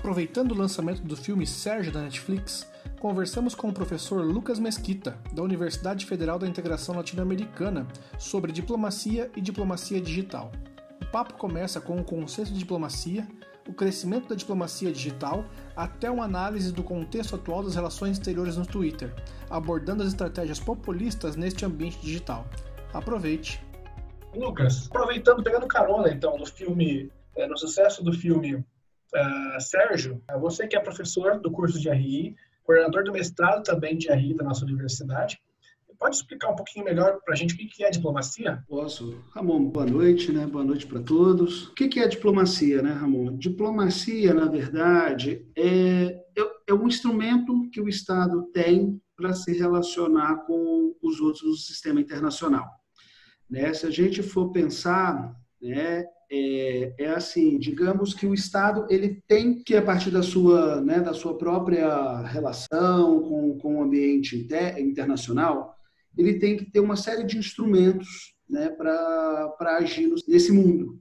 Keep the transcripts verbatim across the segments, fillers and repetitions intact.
Aproveitando o lançamento do filme Sérgio da Netflix, conversamos com o professor Lucas Mesquita, da Universidade Federal da Integração Latino-Americana, sobre diplomacia e diplomacia digital. O papo começa com o conceito de diplomacia, o crescimento da diplomacia digital, até uma análise do contexto atual das relações exteriores no Twitter, abordando as estratégias populistas neste ambiente digital. Aproveite! Lucas, aproveitando, pegando carona então no filme, no sucesso do filme uh, Sérgio, você que é professor do curso de R I, coordenador do mestrado também de R I da nossa universidade, pode explicar um pouquinho melhor para a gente o que é diplomacia? Posso. Ramon, boa noite, né? Boa noite para todos. O que é diplomacia, né, Ramon? Diplomacia, na verdade, é, é um instrumento que o Estado tem para se relacionar com os outros do sistema internacional. Né? Se a gente for pensar, né, é, é assim, digamos que o Estado ele tem que, a partir da sua, né, da sua própria relação com, com o ambiente inter, internacional, ele tem que ter uma série de instrumentos, né, para agir nesse mundo.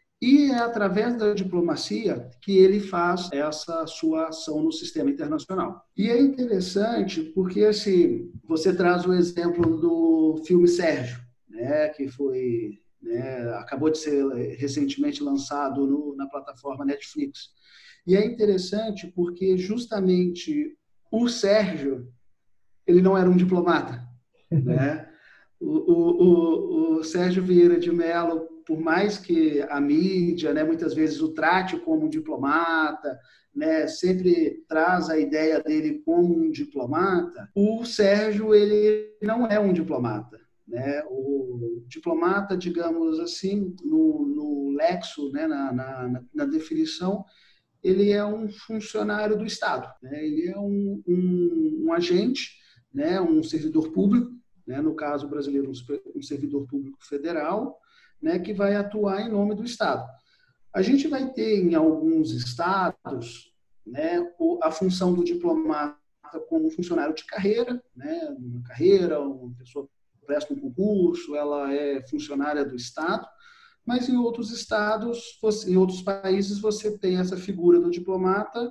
E é através da diplomacia que ele faz essa sua ação no sistema internacional. E é interessante porque assim, você traz o exemplo do filme Sérgio, né, que foi, né, acabou de ser recentemente lançado no, na plataforma Netflix. E é interessante porque justamente o Sérgio, ele não era um diplomata. Né? O, o, o, o Sérgio Vieira de Mello, por mais que a mídia, né, muitas vezes o trate como um diplomata, né, sempre traz a ideia dele como um diplomata, o Sérgio ele não é um diplomata. Né? O diplomata, digamos assim, no, no lexo, né, na, na, na definição, ele é um funcionário do Estado. Né? Ele é um, um, um agente, né, um servidor público, né, no caso brasileiro, um servidor público federal, né, que vai atuar em nome do Estado. A gente vai ter em alguns estados, né, a função do diplomata como funcionário de carreira, né, uma carreira, uma pessoa presta um concurso, ela é funcionária do Estado, mas em outros estados, em outros países, você tem essa figura do diplomata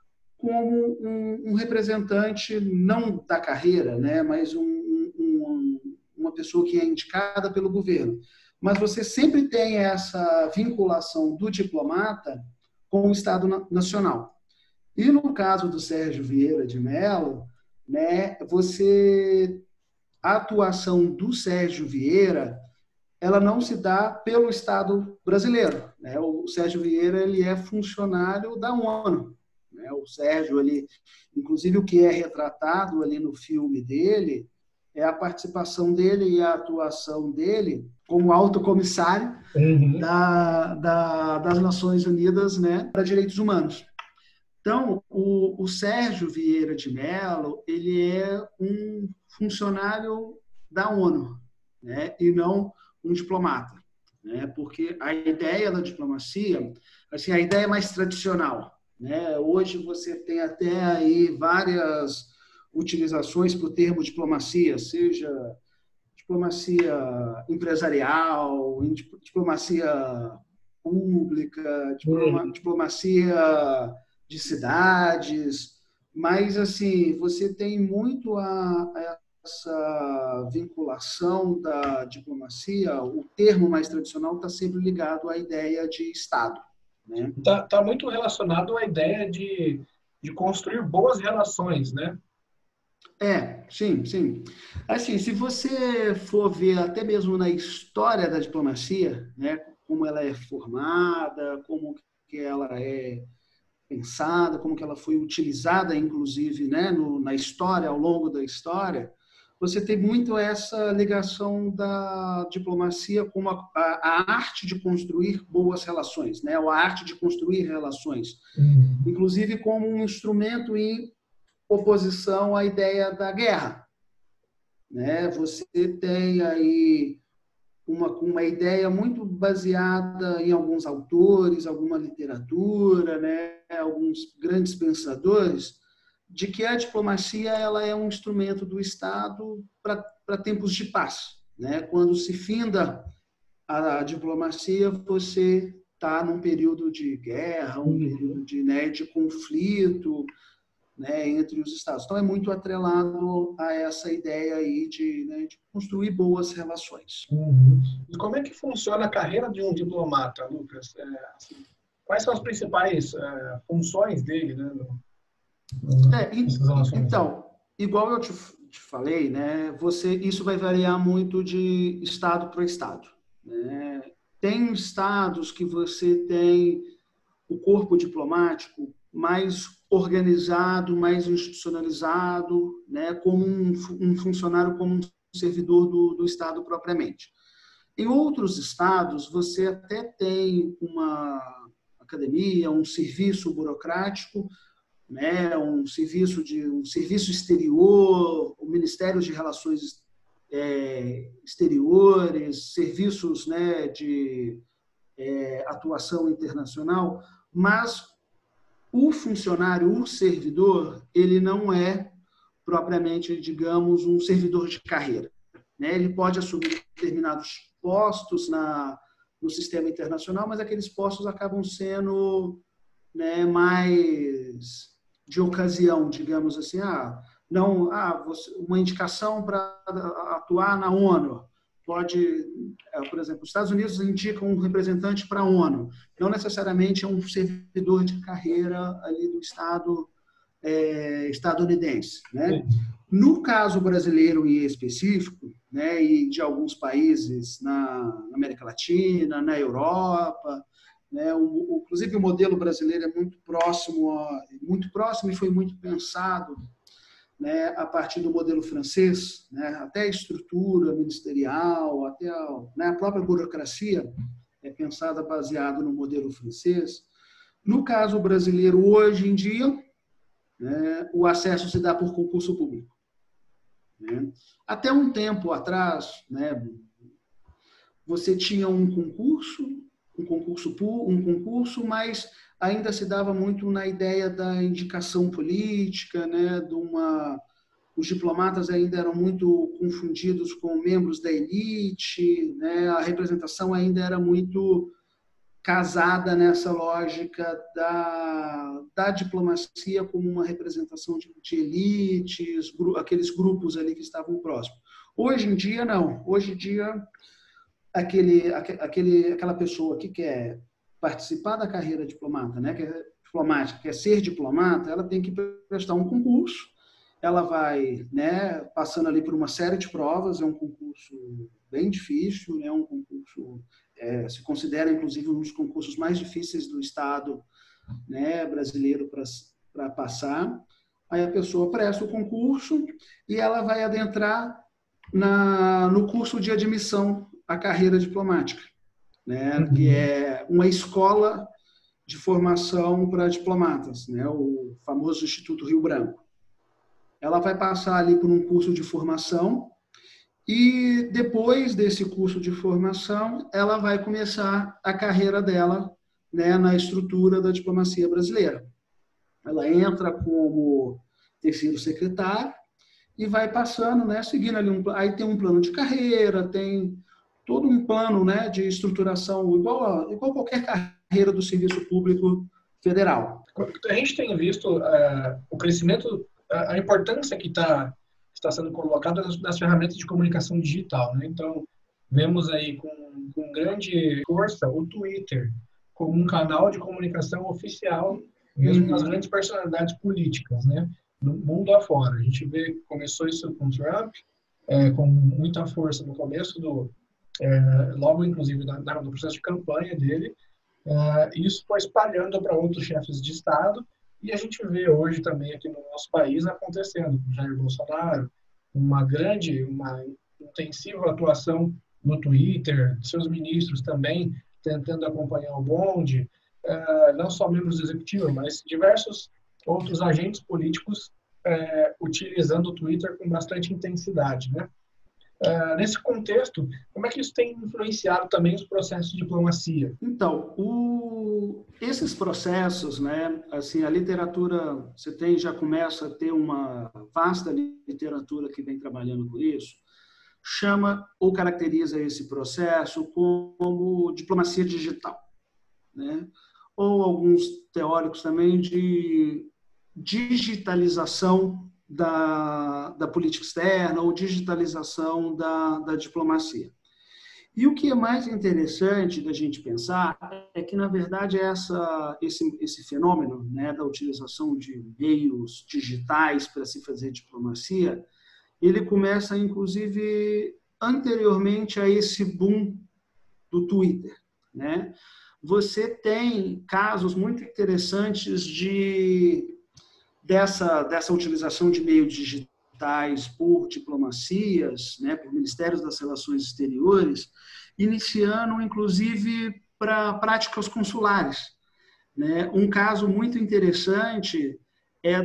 como um, um representante não da carreira, né, mas um, um, uma pessoa que é indicada pelo governo. Mas você sempre tem essa vinculação do diplomata com o Estado Nacional. E no caso do Sérgio Vieira de Mello, né, você, a atuação do Sérgio Vieira, ela não se dá pelo Estado brasileiro. Né? O Sérgio Vieira ele é funcionário da ONU. O Sérgio, ele, inclusive o que é retratado ali no filme dele é a participação dele e a atuação dele como alto comissário uhum. da, da, das Nações Unidas, né, para Direitos Humanos. Então, o, o Sérgio Vieira de Mello, ele é um funcionário da ONU, né, e não um diplomata, né, porque a ideia da diplomacia, assim, a ideia mais tradicional, né? Hoje você tem até aí várias utilizações para o termo diplomacia, seja diplomacia empresarial, diplomacia pública, diploma, diplomacia de cidades, mas assim, você tem muito a, a essa vinculação da diplomacia, o termo mais tradicional está sempre ligado à ideia de Estado. Está tá muito relacionado à ideia de, de construir boas relações, né? É, sim, sim. Assim, se você for ver até mesmo na história da diplomacia, né, como ela é formada, como que ela é pensada, como que ela foi utilizada, inclusive, né, no, na história, ao longo da história, você tem muito essa ligação da diplomacia com a, a, a arte de construir boas relações, né? Ou a arte de construir relações, uhum. Inclusive como um instrumento em oposição à ideia da guerra. Né? Você tem aí uma, uma ideia muito baseada em alguns autores, alguma literatura, né? Alguns grandes pensadores, de que a diplomacia ela é um instrumento do Estado para tempos de paz. Né? Quando se finda a diplomacia, você está num período de guerra, um período de, né, de conflito, né, entre os estados. Então, é muito atrelado a essa ideia aí de, né, de construir boas relações. Uhum. E como é que funciona a carreira de um diplomata, Lucas? É, assim, quais são as principais é, funções dele, né? No, é, então, igual eu te, te falei, né, você, isso vai variar muito de estado para estado. Né? Tem estados que você tem o corpo diplomático mais organizado, mais institucionalizado, né, como um, um funcionário, como um servidor do, do Estado propriamente. Em outros estados, você até tem uma academia, um serviço burocrático, né, um serviço de um serviço exterior, o Ministério de Relações é, Exteriores, serviços, né, de é, atuação internacional, mas o funcionário, o servidor, ele não é propriamente, digamos, um servidor de carreira. Né? Ele pode assumir determinados postos na, no sistema internacional, mas aqueles postos acabam sendo, né, mais de ocasião, digamos assim. Ah, não, ah, você, uma indicação para atuar na ONU. Pode, por exemplo, os Estados Unidos indicam um representante para a ONU, não necessariamente é um servidor de carreira ali do Estado é, estadunidense. Né? No caso brasileiro em específico, né, e de alguns países na América Latina, na Europa, né, o, o, inclusive o modelo brasileiro é muito próximo, a, muito próximo e foi muito pensado, né, a partir do modelo francês, né, até a estrutura ministerial, até a, né, a própria burocracia é pensada baseada no modelo francês. No caso brasileiro, hoje em dia, né, o acesso se dá por concurso público. Né? Até um tempo atrás, né, você tinha um concurso, um concurso, um concurso, mas ainda se dava muito na ideia da indicação política, né, de uma, os diplomatas ainda eram muito confundidos com membros da elite, né, a representação ainda era muito casada nessa lógica da, da diplomacia como uma representação de, de elites, gru, aqueles grupos ali que estavam próximos. Hoje em dia, não. Hoje em dia, aquele, aquele, aquela pessoa que quer participar da carreira diplomata, né, que é diplomática, quer ser diplomata, ela tem que prestar um concurso, ela vai, né, passando ali por uma série de provas, é um concurso bem difícil, é um concurso, é, se considera inclusive um dos concursos mais difíceis do Estado, né, brasileiro para passar. Aí a pessoa presta o concurso e ela vai adentrar na, no curso de admissão à carreira diplomática. Né, que é uma escola de formação para diplomatas, né, o famoso Instituto Rio Branco. Ela vai passar ali por um curso de formação e depois desse curso de formação, ela vai começar a carreira dela, né, na estrutura da diplomacia brasileira. Ela entra como terceiro secretário e vai passando, né, seguindo ali um, aí tem um plano de carreira, tem todo um plano, né, de estruturação, igual, a, igual qualquer carreira do serviço público federal. A gente tem visto uh, o crescimento, a, a importância que está está sendo colocada nas, nas ferramentas de comunicação digital. Né? Então, vemos aí com, com grande força o Twitter como um canal de comunicação oficial, mesmo uhum. nas grandes personalidades políticas, né? No mundo afora. A gente vê que começou isso com Trump, é, com muita força no começo do É, logo, inclusive, no processo de campanha dele, é, isso foi espalhando para outros chefes de Estado, e a gente vê hoje também aqui no nosso país acontecendo, com Jair Bolsonaro, uma grande, uma intensiva atuação no Twitter, seus ministros também tentando acompanhar o bonde, é, não só membros executivos, mas diversos outros agentes políticos é, utilizando o Twitter com bastante intensidade, né? Uh, nesse contexto, como é que isso tem influenciado também os processos de diplomacia? Então, o, esses processos, né, assim, a literatura, você tem, já começa a ter uma vasta literatura que vem trabalhando com isso, chama ou caracteriza esse processo como diplomacia digital. né? Ou alguns teóricos também de digitalização da, da política externa ou digitalização da, da diplomacia. E o que é mais interessante da gente pensar é que, na verdade, essa, esse, esse fenômeno, né, da utilização de meios digitais para se fazer diplomacia, ele começa, inclusive, anteriormente a esse boom do Twitter, né? Você tem casos muito interessantes de, dessa, dessa utilização de meios digitais por diplomacias, né, por ministérios das relações exteriores, iniciando, inclusive, para práticas consulares, né? Um caso muito interessante é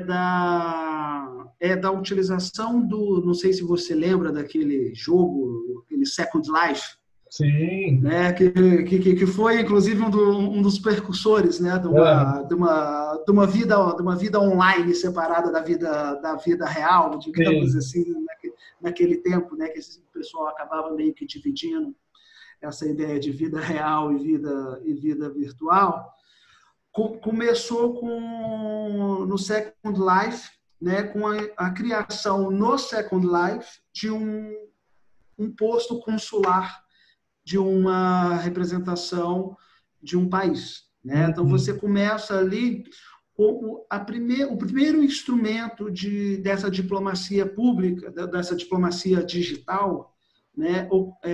da, é da utilização do, não sei se você lembra daquele jogo, aquele Second Life, Sim. Né, que, que, que foi, inclusive, um, do, um dos percussores, né, de, uma, de, uma, de, uma vida, de uma vida online separada da vida, da vida real, digamos Sim. assim, naquele, naquele tempo, né, que o pessoal acabava meio que dividindo essa ideia de vida real e vida, e vida virtual. Com, começou com, no Second Life, né, com a, a criação no Second Life de um, um posto consular de uma representação de um país, né? Uhum. Então, você começa ali com a primeir, o primeiro instrumento de, dessa diplomacia pública, dessa diplomacia digital, né?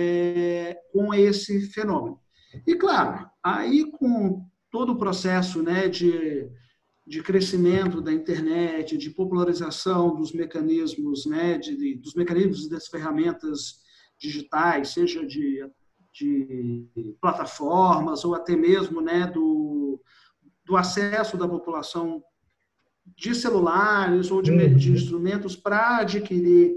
É, com esse fenômeno. E, claro, aí com todo o processo, né, de, de crescimento da internet, de popularização dos mecanismos, né, de, de, dos mecanismos das ferramentas digitais, seja de de plataformas ou até mesmo, né, do, do acesso da população de celulares ou de, uhum. de instrumentos para adquirir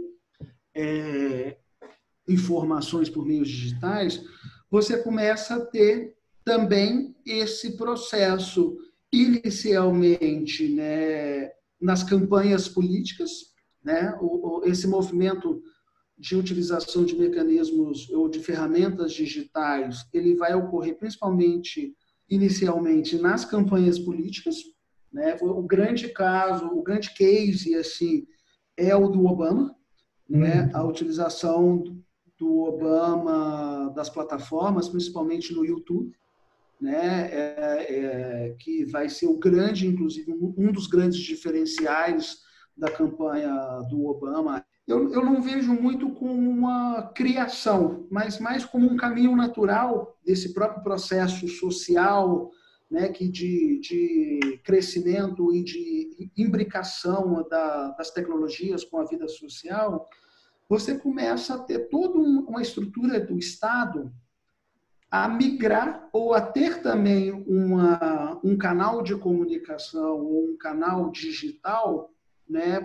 é, informações por meios digitais, você começa a ter também esse processo inicialmente, né, nas campanhas políticas, né, o, o, esse movimento de utilização de mecanismos ou de ferramentas digitais, ele vai ocorrer principalmente, inicialmente, nas campanhas políticas, né? O grande caso, o grande case, assim, é o do Obama, né? Uhum. A utilização do Obama das plataformas, principalmente no YouTube, né? É, é, que vai ser o grande, inclusive, um dos grandes diferenciais da campanha do Obama. Eu, eu não vejo muito como uma criação, mas mais como um caminho natural desse próprio processo social, né, que de, de crescimento e de imbricação da, das tecnologias com a vida social. Você começa a ter toda uma estrutura do Estado a migrar ou a ter também uma, um canal de comunicação ou um canal digital, né,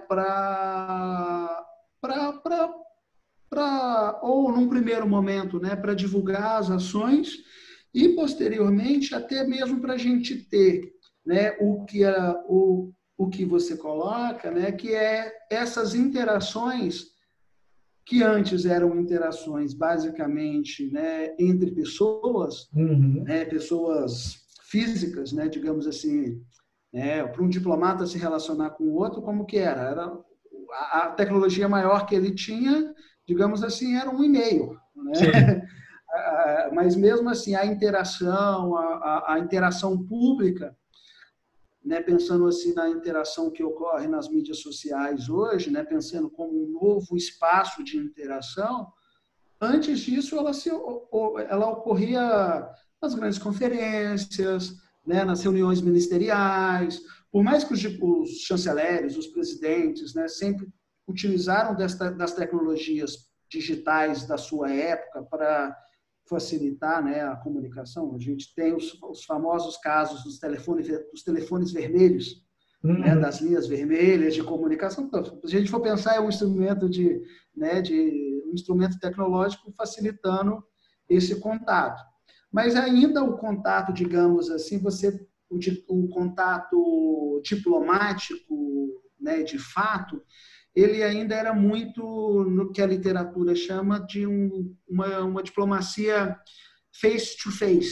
para para, ou num primeiro momento, né, para divulgar as ações e, posteriormente, até mesmo para a gente ter, né, o, que a, o, o que você coloca, né, que é essas interações que antes eram interações basicamente, né, entre pessoas, uhum. né, pessoas físicas, né, digamos assim, né, para um diplomata se relacionar com o outro, como que era? Era a tecnologia maior que ele tinha, digamos assim, era um e-mail, né? Mas mesmo assim, a interação, a, a, a interação pública, né, pensando assim na interação que ocorre nas mídias sociais hoje, né, pensando como um novo espaço de interação, antes disso ela, se, ela ocorria nas grandes conferências, né, nas reuniões ministeriais. Por mais que os, os chanceleres, os presidentes, né, sempre utilizaram desta, das tecnologias digitais da sua época para facilitar, né, a comunicação, a gente tem os, os famosos casos dos telefones, dos telefones vermelhos, uhum. né, das linhas vermelhas de comunicação. Então, se a gente for pensar, é um instrumento, de, né, de, um instrumento tecnológico facilitando esse contato. Mas ainda o contato, digamos assim, você o, o contato diplomático, né, de fato, ele ainda era muito no que a literatura chama de um, uma, uma diplomacia face-to-face,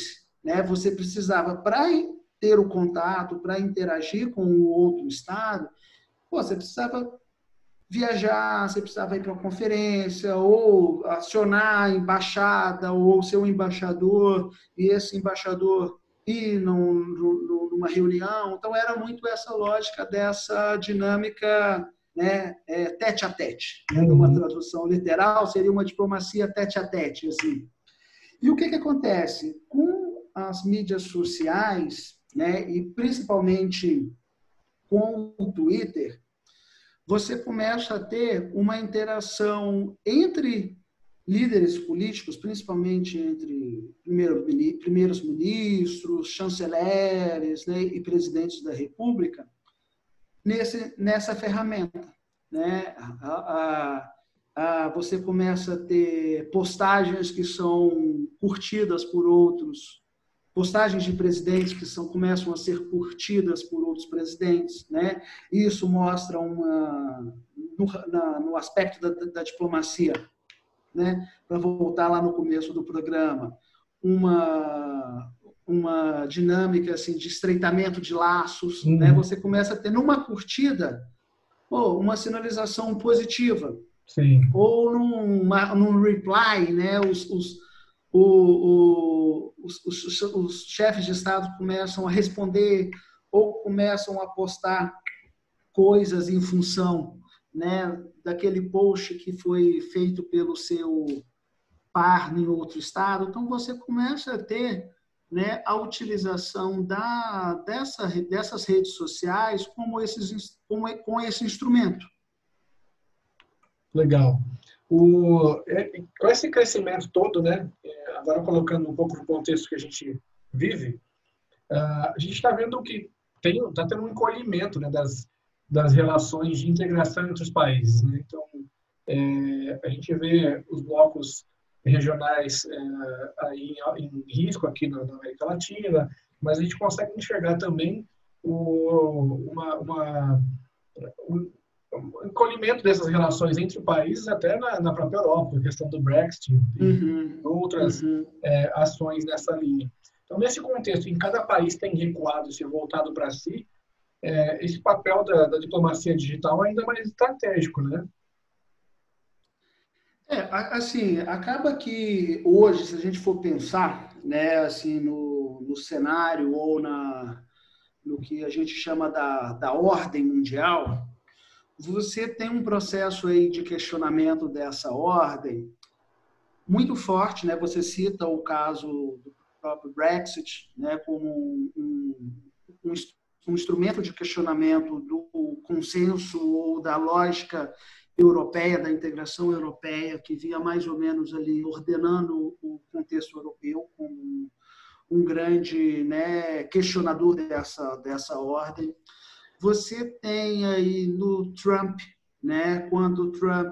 né, você precisava, para ter o contato, para interagir com o outro estado, pô, você precisava viajar, você precisava ir para uma conferência, ou acionar a embaixada, ou ser um embaixador, e esse embaixador ir num, num, numa reunião. Então, era muito essa lógica dessa dinâmica, né, é, tete a tete. Né? Uhum. Numa tradução literal, seria uma diplomacia tete a tete. Assim. E o que, que acontece? Com as mídias sociais, né, e principalmente com o Twitter, você começa a ter uma interação entre líderes políticos, principalmente entre primeiro, primeiros ministros, chanceleres, né, e presidentes da República, nesse, nessa ferramenta. Né? A, a, a, você começa a ter postagens que são curtidas por outros, postagens de presidentes que são, começam a ser curtidas por outros presidentes, né? Isso mostra uma, no, na, no aspecto da, da diplomacia, né? Para voltar lá no começo do programa, uma, uma dinâmica assim, de estreitamento de laços, uhum. Né? Você começa a ter numa curtida ou uma sinalização positiva. Sim. Ou numa, num reply, né? Os, os, o, o, os, os, os chefes de Estado começam a responder ou começam a postar coisas em função, né, daquele post que foi feito pelo seu par em outro estado. Então, você começa a ter, né, a utilização da, dessa, dessas redes sociais como, esses, como com esse instrumento. Legal. O, com esse crescimento todo, né, agora colocando um pouco no contexto que a gente vive, a gente está vendo que está tendo um encolhimento, né, das, das relações de integração entre os países. Né? Então, é, a gente vê os blocos regionais é, aí em, em risco aqui na, na América Latina, mas a gente consegue enxergar também o, uma, uma, um, um encolhimento dessas relações entre países até na, na própria Europa, a questão do Brexit uhum. e outras uhum. é, ações nessa linha. Então, nesse contexto, em cada país tem recuado e se voltado para si, é, esse papel da, da diplomacia digital é ainda mais estratégico, né? É, assim, acaba que hoje, se a gente for pensar, né, assim, no, no cenário ou na, no que a gente chama da, da ordem mundial, você tem um processo aí de questionamento dessa ordem muito forte, né? Você cita o caso do próprio Brexit, né, como um, um, um, um instrumento de questionamento do consenso ou da lógica europeia, da integração europeia, que vinha mais ou menos ali ordenando o contexto europeu como um grande, né, questionador dessa, dessa ordem. Você tem aí no Trump, né, quando o Trump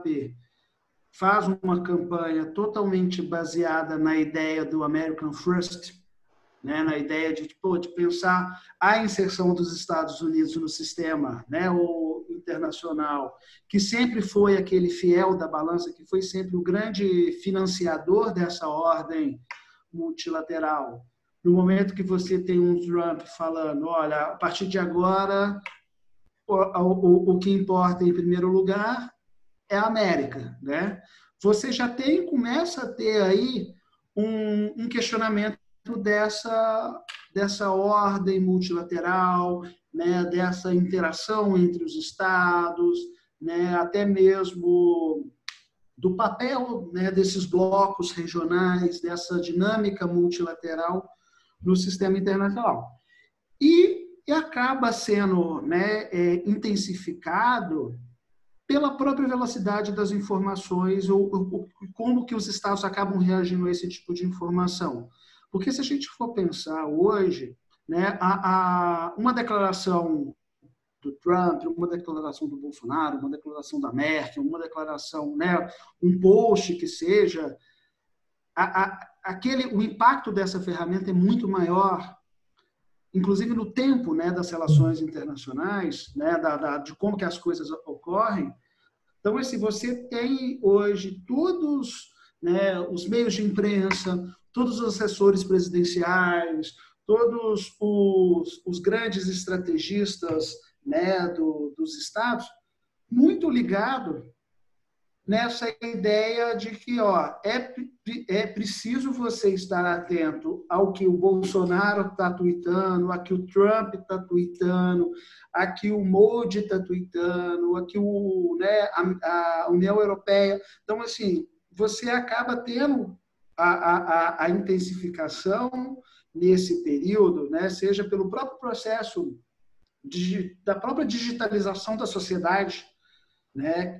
faz uma campanha totalmente baseada na ideia do American First, né, na ideia de, pô, de pensar a inserção dos Estados Unidos no sistema, né, o internacional, que sempre foi aquele fiel da balança, que foi sempre o grande financiador dessa ordem multilateral. No momento que você tem um Trump falando, olha, a partir de agora, o, o, o que importa em primeiro lugar é a América, né? Você já tem, começa a ter aí um, um questionamento dessa, dessa ordem multilateral, né? Dessa interação entre os estados, né? Até mesmo do papel, né, desses blocos regionais, dessa dinâmica multilateral no sistema internacional. E, e acaba sendo, né, é, intensificado pela própria velocidade das informações ou, ou como que os estados acabam reagindo a esse tipo de informação. Porque se a gente for pensar hoje, né, a, a, uma declaração do Trump, uma declaração do Bolsonaro, uma declaração da Merkel, uma declaração, né, um post que seja, a, a, aquele, o impacto dessa ferramenta é muito maior, inclusive no tempo, né, das relações internacionais, né, da, da, de como que as coisas ocorrem. Então, se você tem hoje todos, né, os meios de imprensa, todos os assessores presidenciais, todos os, os grandes estrategistas, né, do, dos estados, muito ligado nessa ideia de que ó, é, é preciso você estar atento ao que o Bolsonaro está tuitando, a que o Trump está tuitando, a que o Modi está tuitando, a que o, né, a, a União Europeia. Então, assim, você acaba tendo a, a, a intensificação nesse período, né, seja pelo próprio processo de, da própria digitalização da sociedade, né?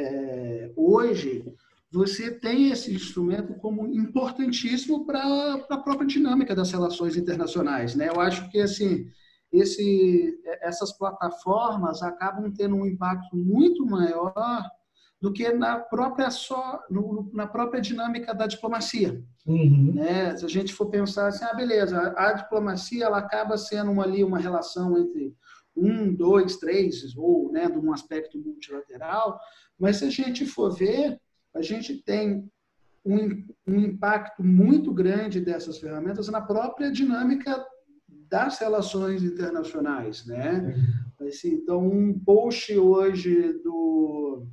É, hoje, você tem esse instrumento como importantíssimo para a própria dinâmica das relações internacionais, né? Eu acho que assim, esse, essas plataformas acabam tendo um impacto muito maior do que na própria, só, no, na própria dinâmica da diplomacia. Uhum. Né? Se a gente for pensar assim, ah, beleza, a, a diplomacia ela acaba sendo uma, ali uma relação entre um, dois, três, ou né, de um aspecto multilateral, mas se a gente for ver, a gente tem um, um impacto muito grande dessas ferramentas na própria dinâmica das relações internacionais, né? Assim, então, um post hoje do,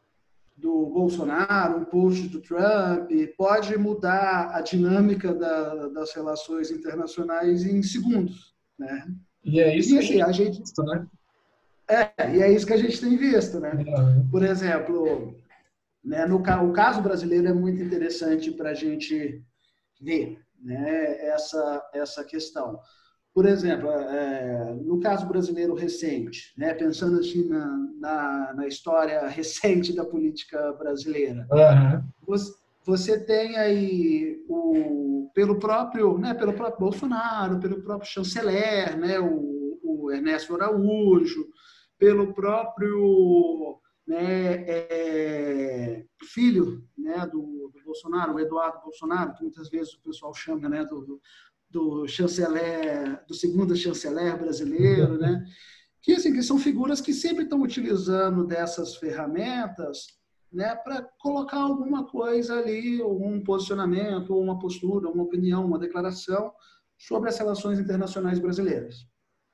do Bolsonaro, um post do Trump, pode mudar a dinâmica da, das relações internacionais em segundos, né? E é isso e, assim, que a gente visto, né? É, e é isso que a gente tem visto, né? Uhum. Por exemplo, né, no o caso brasileiro é muito interessante para a gente ver, né, essa, essa questão. Por exemplo, é, no caso brasileiro recente, né, pensando assim na, na, na história recente da política brasileira, uhum. você, você tem aí o, pelo próprio, né, pelo próprio Bolsonaro, pelo próprio chanceler, né, o o Ernesto Araújo, pelo próprio né, é, filho né, do, do Bolsonaro, o Eduardo Bolsonaro, que muitas vezes o pessoal chama né, do, do chanceler, do segundo chanceler brasileiro, né, que, assim, que são figuras que sempre estão utilizando dessas ferramentas né, para colocar alguma coisa ali, um posicionamento, ou uma postura, uma opinião, uma declaração sobre as relações internacionais brasileiras.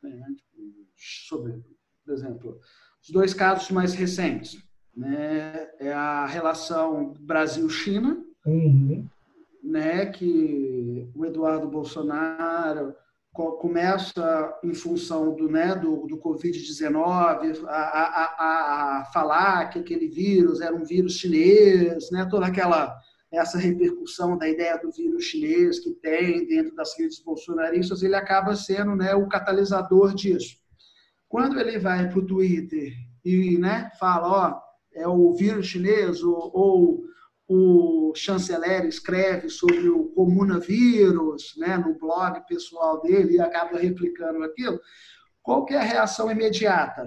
Sobre, por exemplo, os dois casos mais recentes, né, é a relação Brasil-China, uhum. né, que o Eduardo Bolsonaro começa, em função do, né, do, do covid dezenove, a, a, a, a falar que aquele vírus era um vírus chinês, né, toda aquela essa repercussão da ideia do vírus chinês que tem dentro das redes bolsonaristas, ele acaba sendo né, o catalisador disso. Quando ele vai para o Twitter e né, fala, ó, é o vírus chinês, ou, ou o chanceler escreve sobre o comunavírus né, no blog pessoal dele e acaba replicando aquilo, qual que é a reação imediata?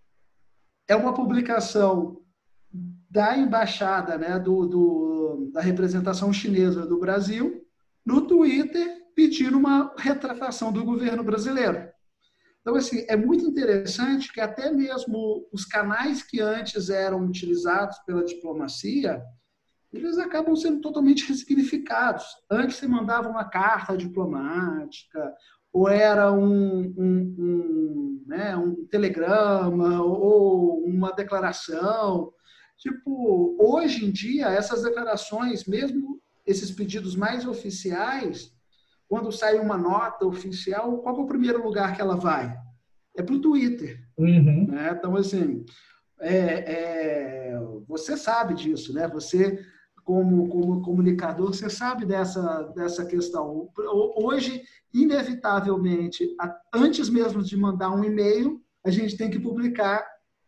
É uma publicação da embaixada, né, do, do, da representação chinesa do Brasil, no Twitter, pedindo uma retratação do governo brasileiro. Então, assim, é muito interessante que até mesmo os canais que antes eram utilizados pela diplomacia, eles acabam sendo totalmente ressignificados. Antes você mandava uma carta diplomática, ou era um, um, um, né, um telegrama, ou uma declaração. Tipo, hoje em dia, essas declarações, mesmo esses pedidos mais oficiais, quando sai uma nota oficial, qual é o primeiro lugar que ela vai? É para o Twitter. Uhum. Né? Então, assim, é, é, você sabe disso, né? Você, como, como comunicador, você sabe dessa, dessa questão. Hoje, inevitavelmente, antes mesmo de mandar um e-mail, a gente tem que publicar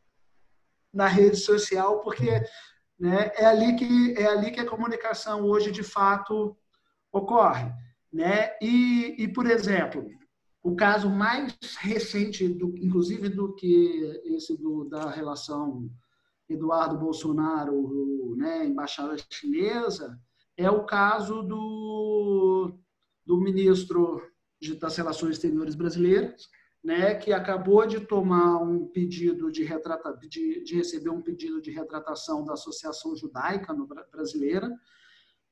na rede social, porque né, é, ali que, é ali que a comunicação hoje, de fato, ocorre. Né? E, e, por exemplo, o caso mais recente, do, inclusive do que esse do, da relação Eduardo Bolsonaro, né, embaixada chinesa, é o caso do, do ministro das Relações Exteriores brasileiras, né, que acabou de tomar um pedido de, retrata, de, de receber um pedido de retratação da Associação Judaica no, brasileira,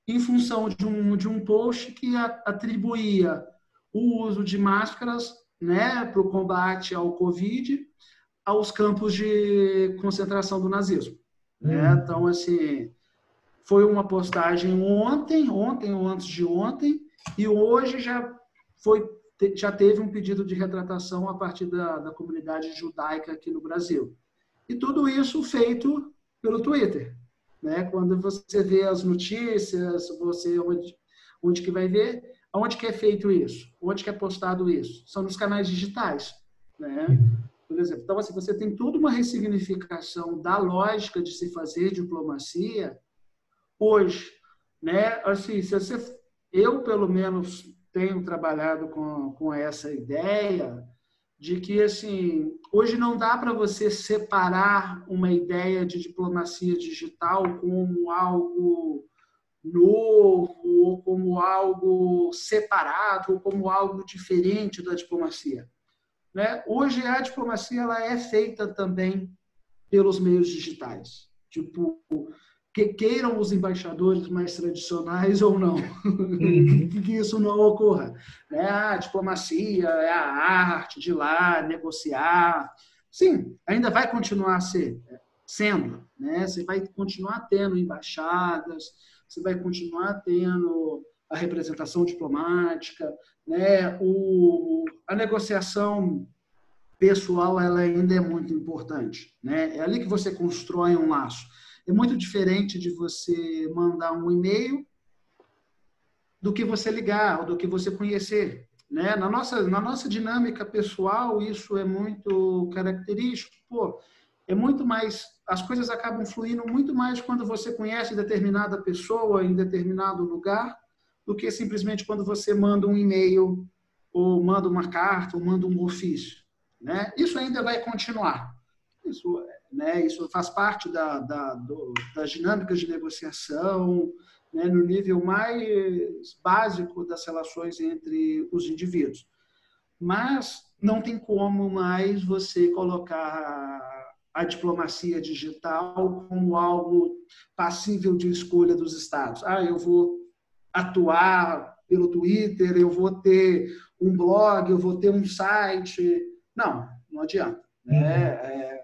em função de um, de um post que atribuía o uso de máscaras, né, para o combate ao Covid aos campos de concentração do nazismo. Hum. Né? Então, assim, foi uma postagem ontem, ontem ou antes de ontem, e hoje já, foi, já teve um pedido de retratação a partir da, da comunidade judaica aqui no Brasil. E tudo isso feito pelo Twitter. Né? Quando você vê as notícias, você onde, onde que vai ver, onde que é feito isso? Onde que é postado isso? São nos canais digitais. Né? Por exemplo, então, assim, você tem toda uma ressignificação da lógica de se fazer diplomacia hoje, né? Assim, se você, eu, pelo menos, tenho trabalhado com, com essa ideia de que, assim, hoje não dá para você separar uma ideia de diplomacia digital como algo novo, ou como algo separado, ou como algo diferente da diplomacia. Né? Hoje, a diplomacia ela é feita também pelos meios digitais. Tipo, que queiram os embaixadores mais tradicionais ou não, uhum. que isso não ocorra. Né? A diplomacia é a arte de ir lá negociar. Sim, ainda vai continuar a ser, sendo. Né? Você vai continuar tendo embaixadas, você vai continuar tendo a representação diplomática, né? O, a negociação pessoal ela ainda é muito importante. Né? É ali que você constrói um laço. É muito diferente de você mandar um e-mail do que você ligar, ou do que você conhecer. Né? Na nossa, na nossa dinâmica pessoal, isso é muito característico. Pô, é muito mais, as coisas acabam fluindo muito mais quando você conhece determinada pessoa em determinado lugar, do que simplesmente quando você manda um e-mail, ou manda uma carta, ou manda um ofício. Né? Isso ainda vai continuar. Isso, né, isso faz parte da, da, do, das dinâmicas de negociação, né, no nível mais básico das relações entre os indivíduos. Mas não tem como mais você colocar a diplomacia digital como algo passível de escolha dos estados. Ah, eu vou atuar pelo Twitter, eu vou ter um blog, eu vou ter um site. Não, não adianta. Né? Uhum. É,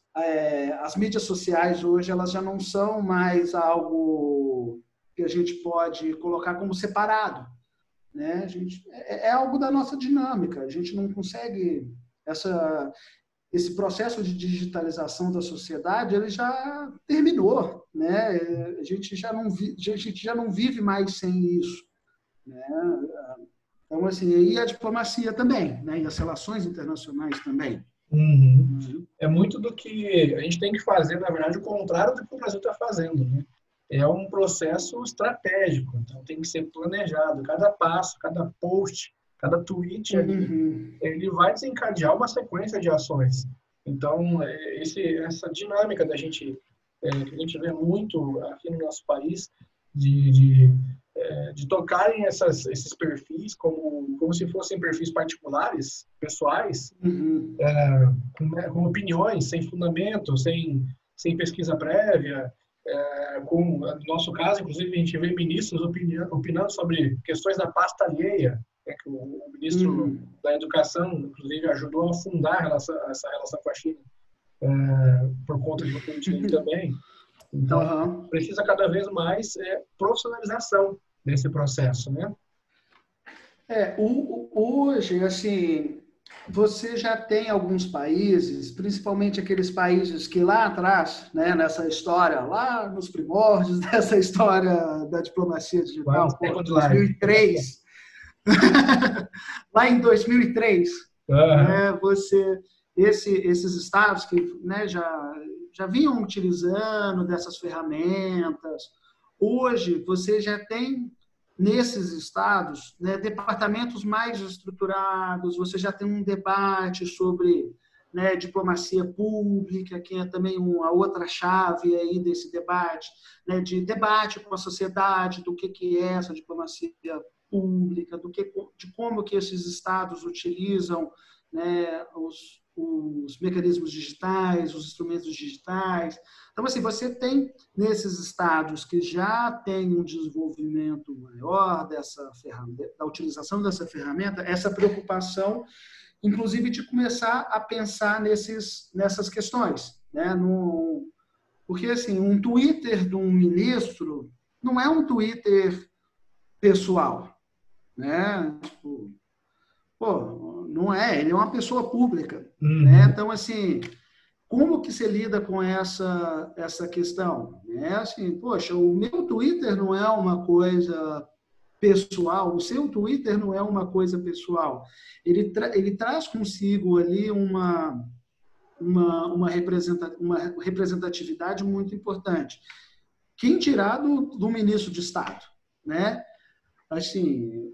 é, as mídias sociais hoje elas já não são mais algo que a gente pode colocar como separado. Né? A gente, é, é algo da nossa dinâmica. A gente não consegue... Essa, esse processo de digitalização da sociedade ele já terminou. Né? A, gente já não vi, a gente já não vive mais sem isso. Né? Então, assim, e a diplomacia também, né? E as relações internacionais também. Uhum. Uhum. É muito do que a gente tem que fazer, na verdade, o contrário do que o Brasil está fazendo. Né? É um processo estratégico, então tem que ser planejado. Cada passo, cada post, cada tweet, uhum. ali, ele vai desencadear uma sequência de ações. Então, esse, essa dinâmica da gente, é, que a gente vê muito aqui no nosso país, de, de, é, de tocarem essas, esses perfis como, como se fossem perfis particulares, pessoais, uhum. é, com, com opiniões, sem fundamento, sem, sem pesquisa prévia. É, com, no nosso caso, inclusive, a gente vê ministros opinando, opinando sobre questões da pasta alheia, né, que o, o ministro uhum. da Educação, inclusive, ajudou a fundar a relação, essa relação com a China, é, por conta de Putin também. Então, uhum. precisa cada vez mais é, profissionalização nesse processo, né? É, o, hoje, assim, você já tem alguns países, principalmente aqueles países que lá atrás, né, nessa história, lá nos primórdios dessa história da diplomacia digital, em dois mil e três, lá em dois mil e três, uhum. né, você, esse, esses estados que, né, já, já vinham utilizando dessas ferramentas, hoje você já tem nesses estados, né, departamentos mais estruturados, você já tem um debate sobre, né, diplomacia pública, que é também uma outra chave aí desse debate, né, de debate com a sociedade do que, que é essa diplomacia pública, do que, de como que esses estados utilizam, né, os, os os mecanismos digitais, os instrumentos digitais. Então, assim, você tem nesses estados que já têm um desenvolvimento maior dessa ferramenta, da utilização dessa ferramenta, essa preocupação, inclusive, de começar a pensar nesses, nessas questões, né? No, porque, assim, um Twitter de um ministro não é um Twitter pessoal, né? Tipo, pô, não é, ele é uma pessoa pública, uhum. né? Então, assim, como que se lida com essa, essa questão? É assim, poxa, o meu Twitter não é uma coisa pessoal, o seu Twitter não é uma coisa pessoal. Ele, tra ele traz consigo ali uma, uma, uma, representa uma representatividade muito importante. Quem tirar do, do ministro de Estado, né? Assim,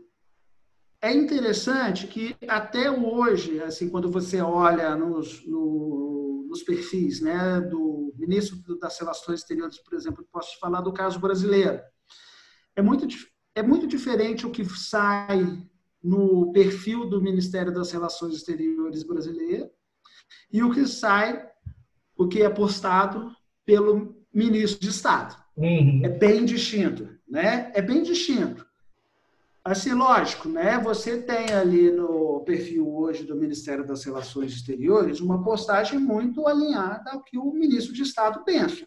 é interessante que até hoje, assim, quando você olha nos, no, nos perfis, né, do ministro das Relações Exteriores, por exemplo, posso falar do caso brasileiro, é muito, é muito diferente o que sai no perfil do Ministério das Relações Exteriores brasileiro e o que sai, o que é postado pelo ministro de Estado. Uhum. É bem distinto, né? É bem distinto. Assim, lógico, né? Você tem ali no perfil hoje do Ministério das Relações Exteriores uma postagem muito alinhada ao que o ministro de Estado pensa.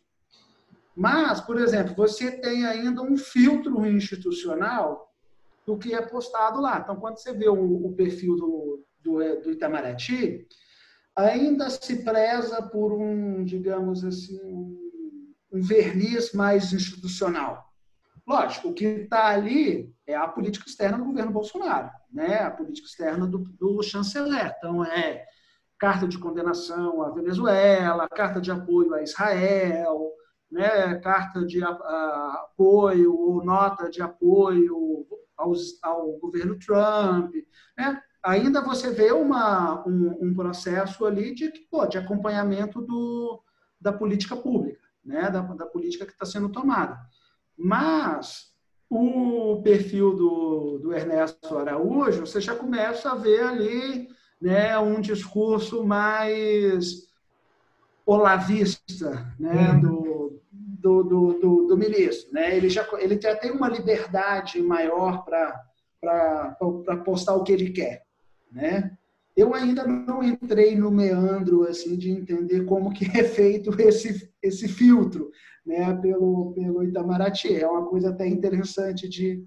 Mas, por exemplo, você tem ainda um filtro institucional do que é postado lá. Então, quando você vê o, o perfil do, do, do Itamaraty, ainda se preza por um, digamos assim, um verniz mais institucional. Lógico, o que está ali é a política externa do governo Bolsonaro, né? A política externa do, do chanceler. Então, é carta de condenação à Venezuela, carta de apoio a Israel, né? Carta de a, a, apoio ou nota de apoio aos, ao governo Trump. Né? Ainda você vê uma, um, um processo ali de, pô, de acompanhamento do, da política pública, né? da, da política que está sendo tomada. Mas o perfil do, do Ernesto Araújo, você já começa a ver ali, né, um discurso mais olavista, né, uhum. do, do, do, do, do ministro. Né? Ele, já, ele já tem uma liberdade maior para postar o que ele quer. Né? Eu ainda não entrei no meandro assim, de entender como que é feito esse, esse filtro, né, pelo, pelo Itamaraty. É uma coisa até interessante de,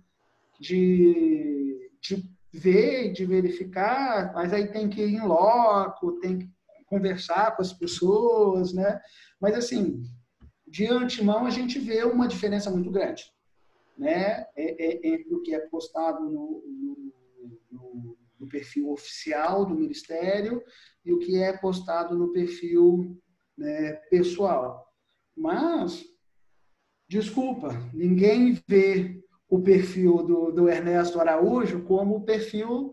de, de ver, de verificar, mas aí tem que ir em loco, tem que conversar com as pessoas, né? Mas, assim, de antemão, a gente vê uma diferença muito grande, né, entre o que é postado no, no, no, no perfil oficial do Ministério e o que é postado no perfil, né, pessoal. Mas, desculpa, ninguém vê o perfil do, do Ernesto Araújo como o perfil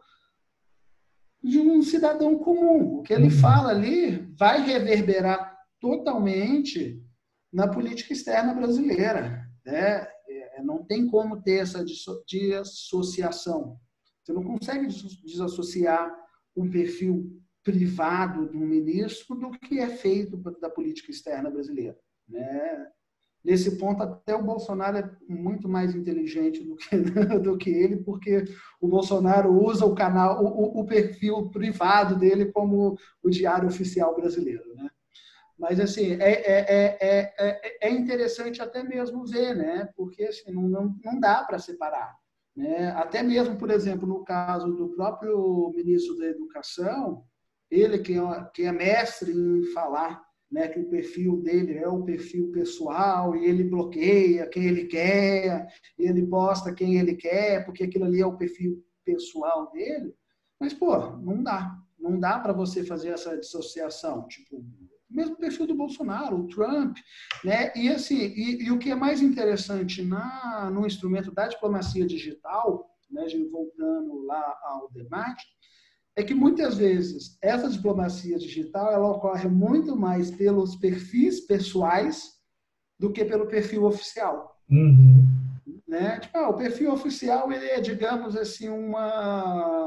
de um cidadão comum. O que ele fala ali vai reverberar totalmente na política externa brasileira. Né? Não tem como ter essa dissociação. Você não consegue desassociar um perfil privado de um ministro do que é feito da política externa brasileira. Né? Nesse ponto, até o Bolsonaro é muito mais inteligente do que, do que ele, porque o Bolsonaro usa o canal, o, o perfil privado dele como o diário oficial brasileiro. Né? Mas, assim, é, é, é, é, é interessante até mesmo ver, né? Porque assim, não, não, não dá para separar. Né? Até mesmo, por exemplo, no caso do próprio ministro da Educação, ele que é, que é mestre em falar, né, que o perfil dele é o perfil pessoal e ele bloqueia quem ele quer, e ele posta quem ele quer, porque aquilo ali é o perfil pessoal dele. Mas, pô, não dá. Não dá para você fazer essa dissociação. Tipo, mesmo o perfil do Bolsonaro, o Trump, né? E, assim, e, e o que é mais interessante na, no instrumento da diplomacia digital, né, voltando lá ao debate, é que muitas vezes essa diplomacia digital ela ocorre muito mais pelos perfis pessoais do que pelo perfil oficial. Uhum. Né? Tipo, ah, o perfil oficial ele é, digamos assim, uma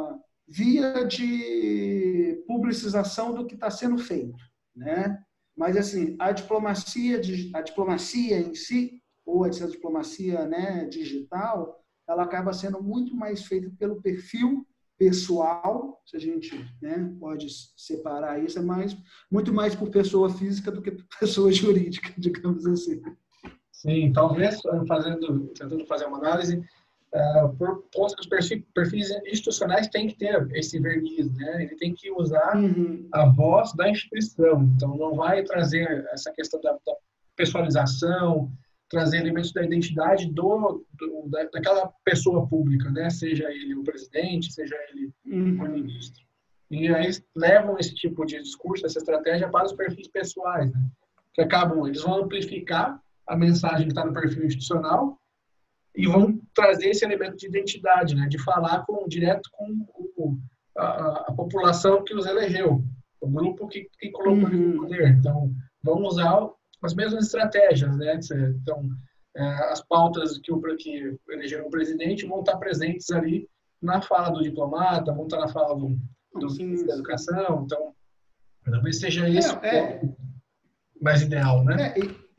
via de publicização do que está sendo feito, né? Mas, assim, a diplomacia, a diplomacia em si, ou essa diplomacia, né, digital, ela acaba sendo muito mais feita pelo perfil pessoal, se a gente, né, pode separar isso, é mais, muito mais por pessoa física do que por pessoa jurídica, digamos assim. Sim, talvez, fazendo, tentando fazer uma análise, Uh, por conta que os perfis, perfis institucionais têm que ter esse verniz, né? Ele tem que usar uhum. a voz da instituição. Então, não vai trazer essa questão da, da pessoalização, trazer elementos da identidade do, do, da, daquela pessoa pública, né? Seja ele o presidente, seja ele uhum. o ministro. E aí levam esse tipo de discurso, essa estratégia para os perfis pessoais, né? Que acabam, eles vão amplificar a mensagem que está no perfil institucional e vão trazer esse elemento de identidade, né, de falar com, direto com o, a, a população que os elegeu, o grupo que, que colocou ele no poder. Então, vão usar as mesmas estratégias, né? Então, é, as pautas que, o, que elegeram o presidente vão estar presentes ali na fala do diplomata, vão estar na fala do, do ministro da Educação. Então, talvez seja esse é, é, o mais ideal, né? É, e...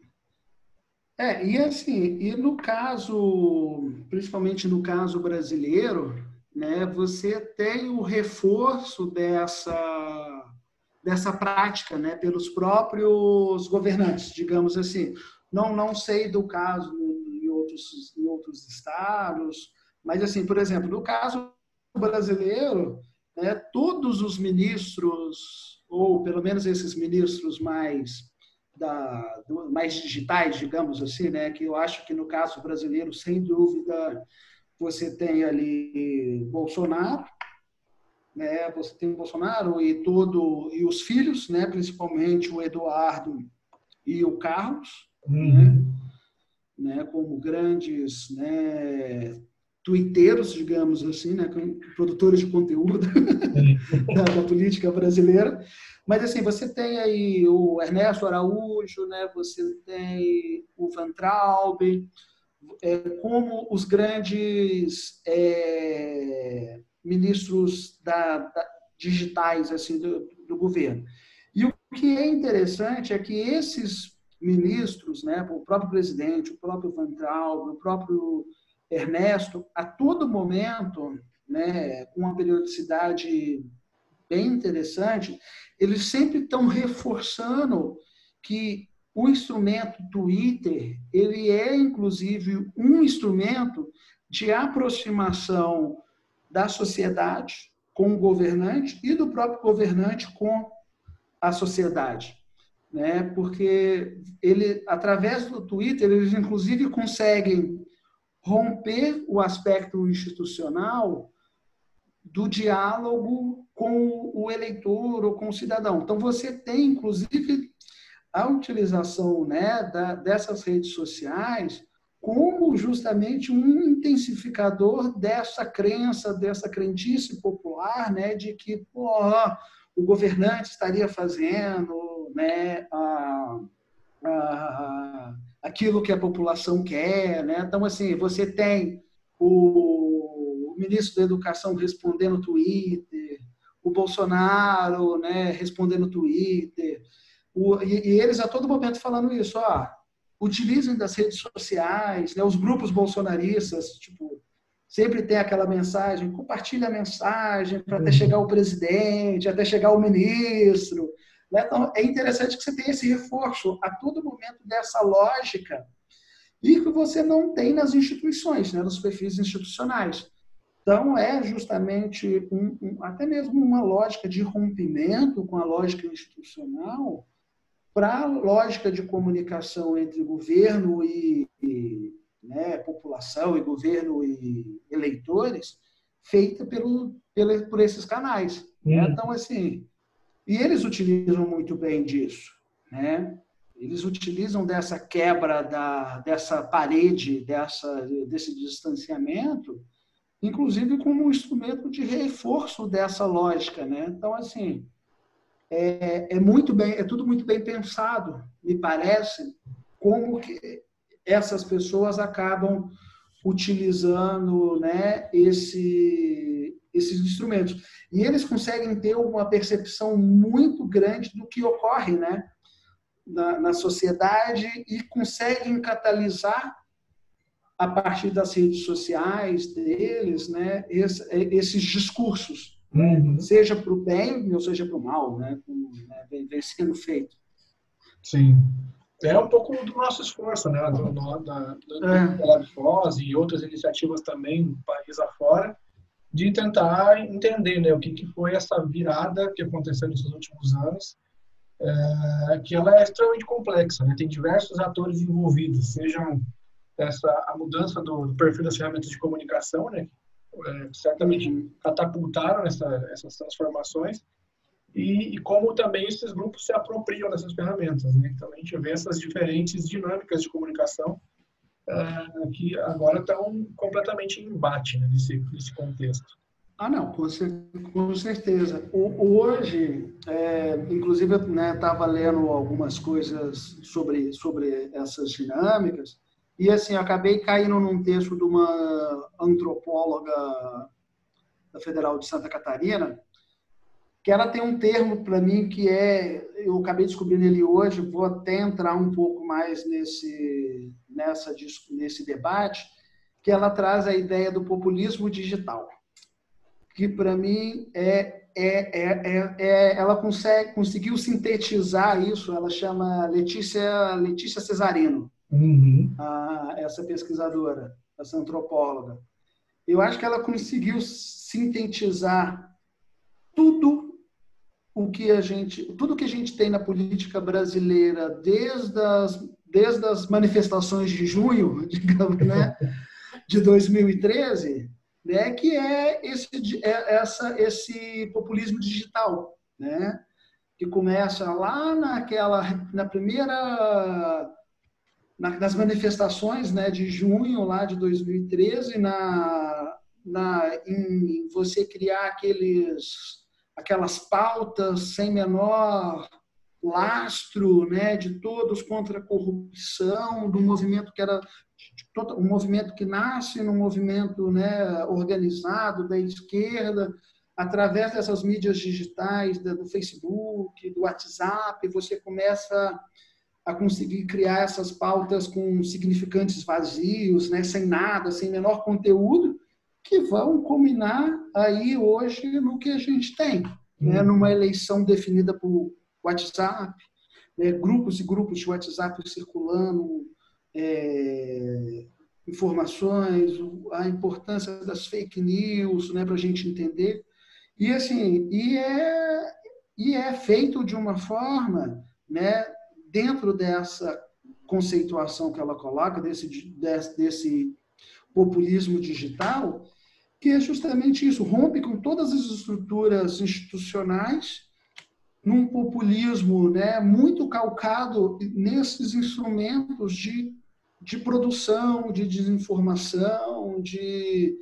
É, e assim, e no caso, principalmente no caso brasileiro, né, você tem o reforço dessa, dessa prática, né, pelos próprios governantes, digamos assim. Não, não sei do caso em outros, em outros estados, mas assim, por exemplo, no caso brasileiro, né, todos os ministros, ou pelo menos esses ministros mais Da, do, mais digitais, digamos assim, né? Que eu acho que no caso brasileiro, sem dúvida, você tem ali Bolsonaro, né? Você tem o Bolsonaro e todo e os filhos, né? Principalmente o Eduardo e o Carlos, uhum. né? Né? Como grandes, né? Tuiteiros, digamos assim, né? Produtores de conteúdo da, da política brasileira. Mas, assim, você tem aí o Ernesto Araújo, né? Você tem o Van Traub, é, como os grandes é, ministros da, da, digitais assim, do, do governo. E o que é interessante é que esses ministros, né, o próprio presidente, o próprio Van Traub, o próprio Ernesto, a todo momento, né, com uma periodicidade bem interessante, eles sempre estão reforçando que o instrumento Twitter, ele é, inclusive, um instrumento de aproximação da sociedade com o governante e do próprio governante com a sociedade, né? Porque ele, através do Twitter, eles, inclusive, conseguem romper o aspecto institucional do diálogo com o eleitor ou com o cidadão. Então, você tem, inclusive, a utilização, né, da, dessas redes sociais como justamente um intensificador dessa crença, dessa crendice popular, né, de que pô, o governante estaria fazendo, né, a, a, aquilo que a população quer. Né? Então, assim, você tem o, o ministro da Educação respondendo no Twitter, o Bolsonaro, né, respondendo no Twitter, o, e, e eles a todo momento falando isso, ó, utilizem das redes sociais, né, os grupos bolsonaristas, tipo, sempre tem aquela mensagem, compartilha a mensagem para até chegar o presidente, até chegar o ministro. Né? Então, é interessante que você tenha esse reforço a todo momento dessa lógica e que você não tem nas instituições, né, nos perfis institucionais. Então, é justamente um, um, até mesmo uma lógica de rompimento com a lógica institucional para a lógica de comunicação entre governo e, e né, população, e governo e eleitores, feita pelo, pelo, por esses canais. Hum. Né? Então, assim, e eles utilizam muito bem disso. Né? Eles utilizam dessa quebra, da, dessa parede, dessa, desse distanciamento, inclusive como um instrumento de reforço dessa lógica. Né? Então, assim, é, é, muito bem, é tudo muito bem pensado, me parece, como que essas pessoas acabam utilizando, né, esse, esses instrumentos. E eles conseguem ter uma percepção muito grande do que ocorre, né, na, na sociedade e conseguem catalisar, a partir das redes sociais deles, né, esse, esses discursos, uhum. seja para o bem ou seja para o mal, né, como, né, vem, vem sendo feito. Sim. É um pouco do nosso esforço, né, do, do, da, do, é. do LabFoz e outras iniciativas também no país afora, de tentar entender, né, o que, que foi essa virada que aconteceu nesses últimos anos, é, que ela é extremamente complexa, né, tem diversos atores envolvidos, sejam essa, a mudança do, do perfil das ferramentas de comunicação, né, é, certamente uhum. catapultaram essa, essas transformações, e, e como também esses grupos se apropriam dessas ferramentas, né? Então a gente vê essas diferentes dinâmicas de comunicação uh, que agora estão completamente em embate, né, nesse, nesse contexto. Ah, não, com, com certeza. O, hoje, é, inclusive, eu estava, né, lendo algumas coisas sobre, sobre essas dinâmicas, e assim, eu acabei caindo num texto de uma antropóloga da Federal de Santa Catarina, que ela tem um termo para mim que é, eu acabei descobrindo ele hoje, vou até entrar um pouco mais nesse, nessa, nesse debate, que ela traz a ideia do populismo digital, que para mim é, é, é, é, é, ela consegue, conseguiu sintetizar isso, ela chama Letícia, Letícia Cesarino, uhum. a, essa pesquisadora, essa antropóloga. Eu acho que ela conseguiu sintetizar tudo o que a gente, tudo que a gente tem na política brasileira desde as, desde as manifestações de junho, digamos, né, de dois mil e treze, né, que é esse, é essa, esse populismo digital, né, que começa lá naquela, na primeira, na, nas manifestações, né, de junho lá de dois mil e treze, na, na, em você criar aqueles aquelas pautas sem menor lastro, né, de todos contra a corrupção, do movimento que era um movimento que nasce num movimento, né, organizado da esquerda, através dessas mídias digitais, do Facebook, do WhatsApp, você começa a conseguir criar essas pautas com significantes vazios, né, sem nada, sem menor conteúdo, que vão culminar aí hoje no que a gente tem, né? Numa eleição definida por WhatsApp, né? Grupos e grupos de WhatsApp circulando é, informações, a importância das fake news, né, para a gente entender. E, assim, e, é, e é feito de uma forma, né, dentro dessa conceituação que ela coloca, desse, desse, desse populismo digital, que é justamente isso, rompe com todas as estruturas institucionais num populismo, né, muito calcado nesses instrumentos de, de produção, de desinformação, de,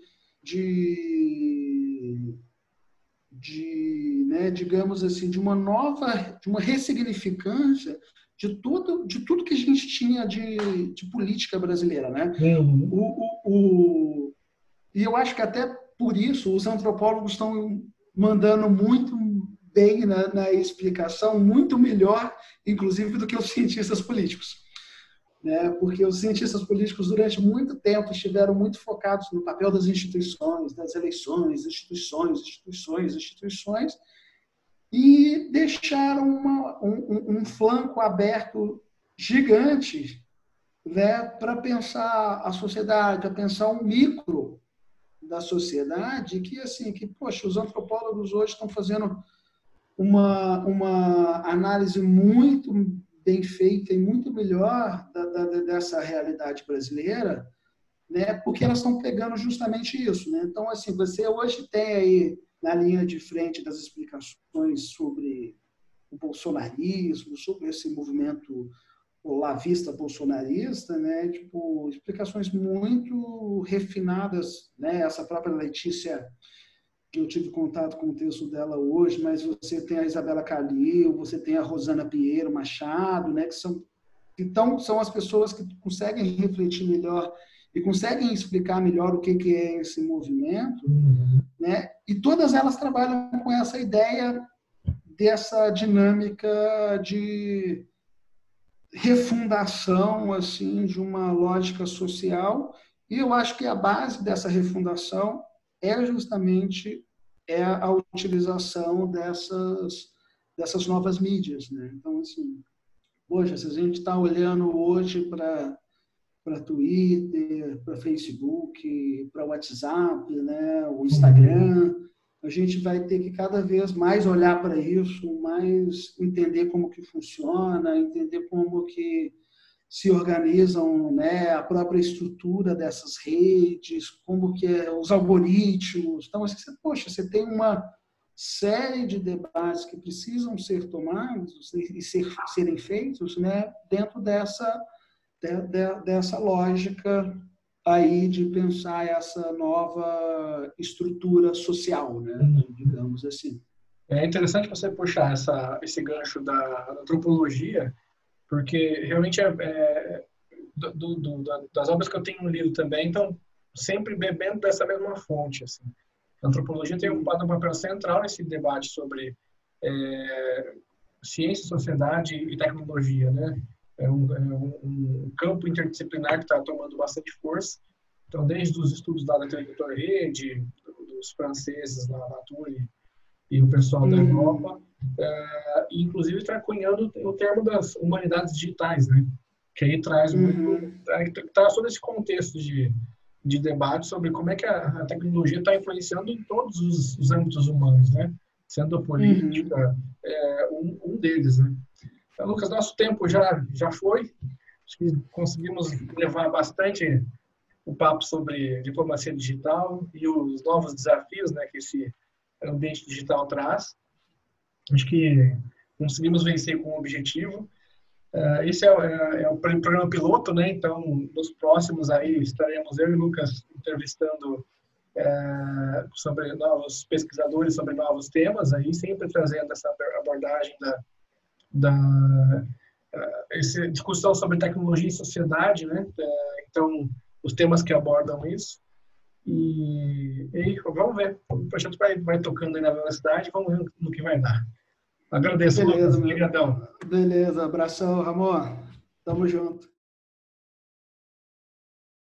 de, de né, digamos assim, de uma nova, de uma ressignificância de tudo, de tudo que a gente tinha de, de política brasileira, né? Uhum. O, o, o, e eu acho que até por isso os antropólogos estão mandando muito bem na, na explicação, muito melhor, inclusive, do que os cientistas políticos, né? Porque os cientistas políticos, durante muito tempo, estiveram muito focados no papel das instituições, das eleições, instituições, instituições, instituições, e deixaram uma, um, um flanco aberto gigante, né, para pensar a sociedade, para pensar um micro da sociedade, que, assim, que, poxa, os antropólogos hoje estão fazendo uma, uma análise muito bem feita e muito melhor da, da, dessa realidade brasileira, né, porque elas estão pegando justamente isso, né? Então, assim, você hoje tem aí na linha de frente das explicações sobre o bolsonarismo, sobre esse movimento olavista bolsonarista, né? Tipo, explicações muito refinadas, né? Essa própria Letícia, que eu tive contato com o texto dela hoje, mas você tem a Isabela Calil, você tem a Rosana Pinheiro Machado, né? Que são, então, são as pessoas que conseguem refletir melhor e conseguem explicar melhor o que, que é esse movimento, uhum. né? E todas elas trabalham com essa ideia dessa dinâmica de refundação assim, de uma lógica social, e eu acho que a base dessa refundação é justamente é a utilização dessas, dessas novas mídias, né? Então, assim, poxa, se a gente está olhando hoje para para Twitter, para Facebook, para WhatsApp, né, o Instagram, a gente vai ter que cada vez mais olhar para isso, mais entender como que funciona, entender como que se organizam, né, a própria estrutura dessas redes, como que é os algoritmos. Então, assim, você, poxa, você tem uma série de debates que precisam ser tomados e ser, serem feitos, né, dentro dessa, de, de, dessa lógica aí de pensar essa nova estrutura social, né, digamos assim. É interessante você puxar essa, esse gancho da antropologia, porque realmente é, é do, do, das obras que eu tenho lido também, então sempre bebendo dessa mesma fonte. Assim. A antropologia tem ocupado um papel central nesse debate sobre é, ciência, sociedade e tecnologia, né? É um, é um campo interdisciplinar que está tomando bastante força. Então, desde os estudos lá da doutor Rede, dos franceses lá, Latour e o pessoal da Europa, é, inclusive está cunhando o termo das humanidades digitais, né? Que aí traz muito, traz todo esse contexto de, de debate sobre como é que a, a tecnologia está influenciando em todos os, os âmbitos humanos, né? Sendo a política uhum. é, um, um deles, né? Então, Lucas, nosso tempo já, já foi. Acho que conseguimos levar bastante o papo sobre diplomacia digital e os novos desafios, né, que esse ambiente digital traz. Acho que conseguimos vencer com o objetivo. Uh, esse é, é, é o programa piloto, né? Então, nos próximos aí estaremos eu e o Lucas entrevistando é, sobre novos pesquisadores, sobre novos temas, aí sempre trazendo essa abordagem da, da essa discussão sobre tecnologia e sociedade, né? É, então, os temas que abordam isso. E, e vamos ver. O projeto vai, vai tocando aí na velocidade, vamos ver no que vai dar. Agradeço, Beleza, Lucas. Obrigadão. Beleza, abração, Ramon. Tamo junto.